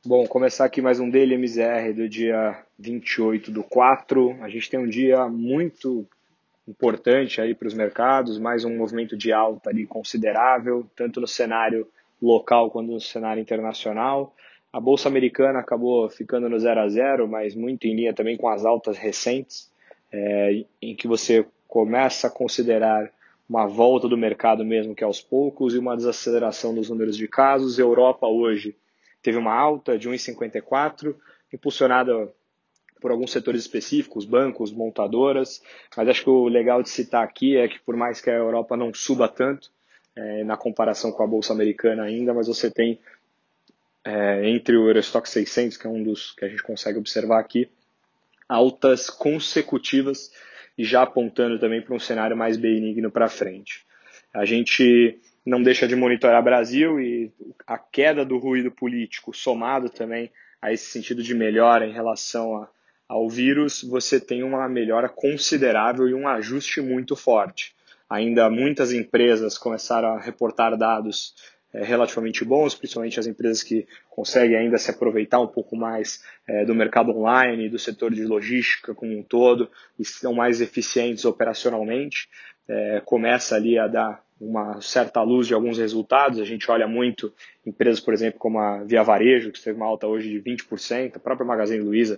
Bom, começar aqui mais um Daily MZR do dia 28/4. A gente tem um dia muito importante aí para os mercados, mais um movimento de alta ali considerável, tanto no cenário local quanto no cenário internacional. A Bolsa Americana acabou ficando no 0 a 0, mas muito em linha também com as altas recentes, em que você começa a considerar uma volta do mercado mesmo que aos poucos e uma desaceleração dos números de casos. Europa hoje teve uma alta de 1,54, impulsionada por alguns setores específicos, bancos, montadoras, mas acho que o legal de citar aqui é que por mais que a Europa não suba tanto, na comparação com a Bolsa Americana ainda, mas você tem entre o Eurostoxx 600, que é um dos que a gente consegue observar aqui, altas consecutivas e já apontando também para um cenário mais benigno para frente. A gente não deixa de monitorar Brasil e a queda do ruído político, somado também a esse sentido de melhora em relação ao vírus, você tem uma melhora considerável e um ajuste muito forte. Ainda muitas empresas começaram a reportar dados relativamente bons, principalmente as empresas que conseguem ainda se aproveitar um pouco mais do mercado online, do setor de logística como um todo, e são mais eficientes operacionalmente. Começa ali a dar uma certa luz de alguns resultados. A gente olha muito empresas, por exemplo, como a Via Varejo, que teve uma alta hoje de 20%, a própria Magazine Luiza,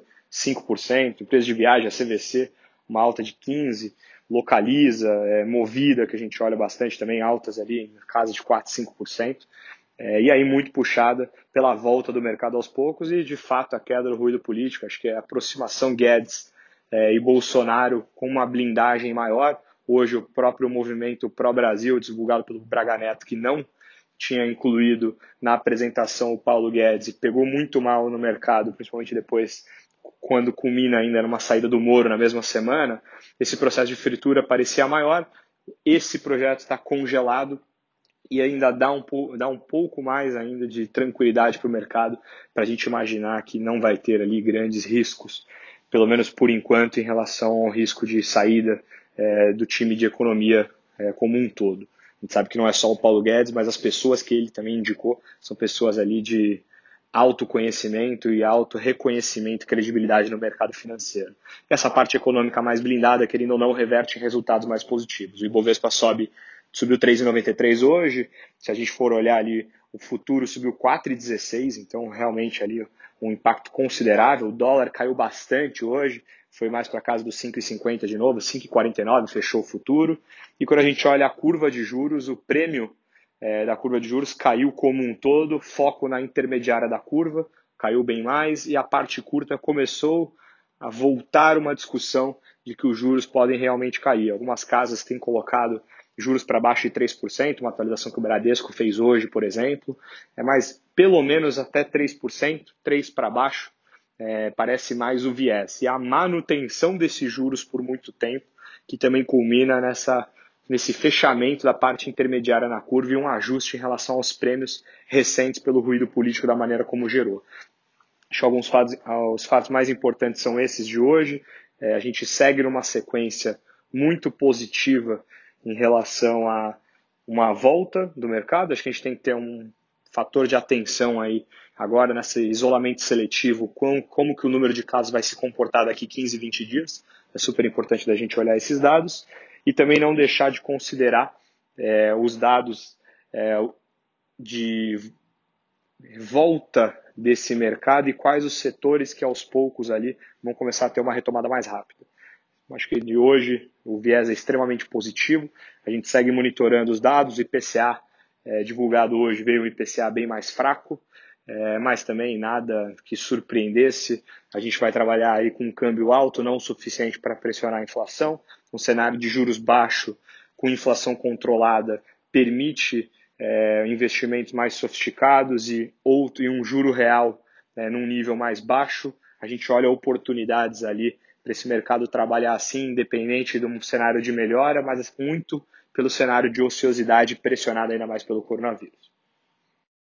5%, empresas de viagem, a CVC, uma alta de 15%, Localiza, Movida, que a gente olha bastante também, altas ali em casa de 4%, 5%. E aí muito puxada pela volta do mercado aos poucos e, de fato, a queda do ruído político. Acho que a aproximação Guedes e Bolsonaro com uma blindagem maior. Hoje, o próprio movimento Pró-Brasil, divulgado pelo Braga Neto, que não tinha incluído na apresentação o Paulo Guedes, e pegou muito mal no mercado, principalmente depois, quando culmina ainda numa saída do Moro na mesma semana. Esse processo de fritura parecia maior. Esse projeto está congelado e ainda dá um pouco mais ainda de tranquilidade para o mercado, para a gente imaginar que não vai ter ali grandes riscos, pelo menos por enquanto, em relação ao risco de saída do time de economia como um todo. A gente sabe que não é só o Paulo Guedes, mas as pessoas que ele também indicou são pessoas ali de autoconhecimento e auto reconhecimento e credibilidade no mercado financeiro. E essa parte econômica mais blindada, querendo ou não, reverte em resultados mais positivos. O Ibovespa subiu 3,93 hoje. Se a gente for olhar ali, o futuro subiu 4,16, então realmente ali um impacto considerável. O dólar caiu bastante hoje, foi mais para casa dos 5,50 de novo, 5,49 fechou o futuro. E quando a gente olha a curva de juros, o prêmio da curva de juros caiu como um todo, foco na intermediária da curva, caiu bem mais, e a parte curta começou a voltar uma discussão de que os juros podem realmente cair. Algumas casas têm colocado juros para baixo de 3%, uma atualização que o Bradesco fez hoje, por exemplo, mas pelo menos até 3%, 3% para baixo, parece mais o viés. E a manutenção desses juros por muito tempo, que também culmina nesse fechamento da parte intermediária na curva e um ajuste em relação aos prêmios recentes pelo ruído político da maneira como gerou. Acho que os fatos mais importantes são esses de hoje. A gente segue numa sequência muito positiva em relação a uma volta do mercado. Acho que a gente tem que ter um fator de atenção aí agora nesse isolamento seletivo, como que o número de casos vai se comportar daqui 15, 20 dias. É super importante da gente olhar esses dados e também não deixar de considerar os dados de volta desse mercado e quais os setores que aos poucos ali vão começar a ter uma retomada mais rápida. Acho que de hoje o viés é extremamente positivo. A gente segue monitorando os dados. O IPCA divulgado hoje veio um IPCA bem mais fraco, mas também nada que surpreendesse. A gente vai trabalhar aí com um câmbio alto, não o suficiente para pressionar a inflação. Um cenário de juros baixo, com inflação controlada, permite investimentos mais sofisticados e um juro real num nível mais baixo. A gente olha oportunidades ali para esse mercado trabalhar assim, independente de um cenário de melhora, mas muito pelo cenário de ociosidade pressionado ainda mais pelo coronavírus.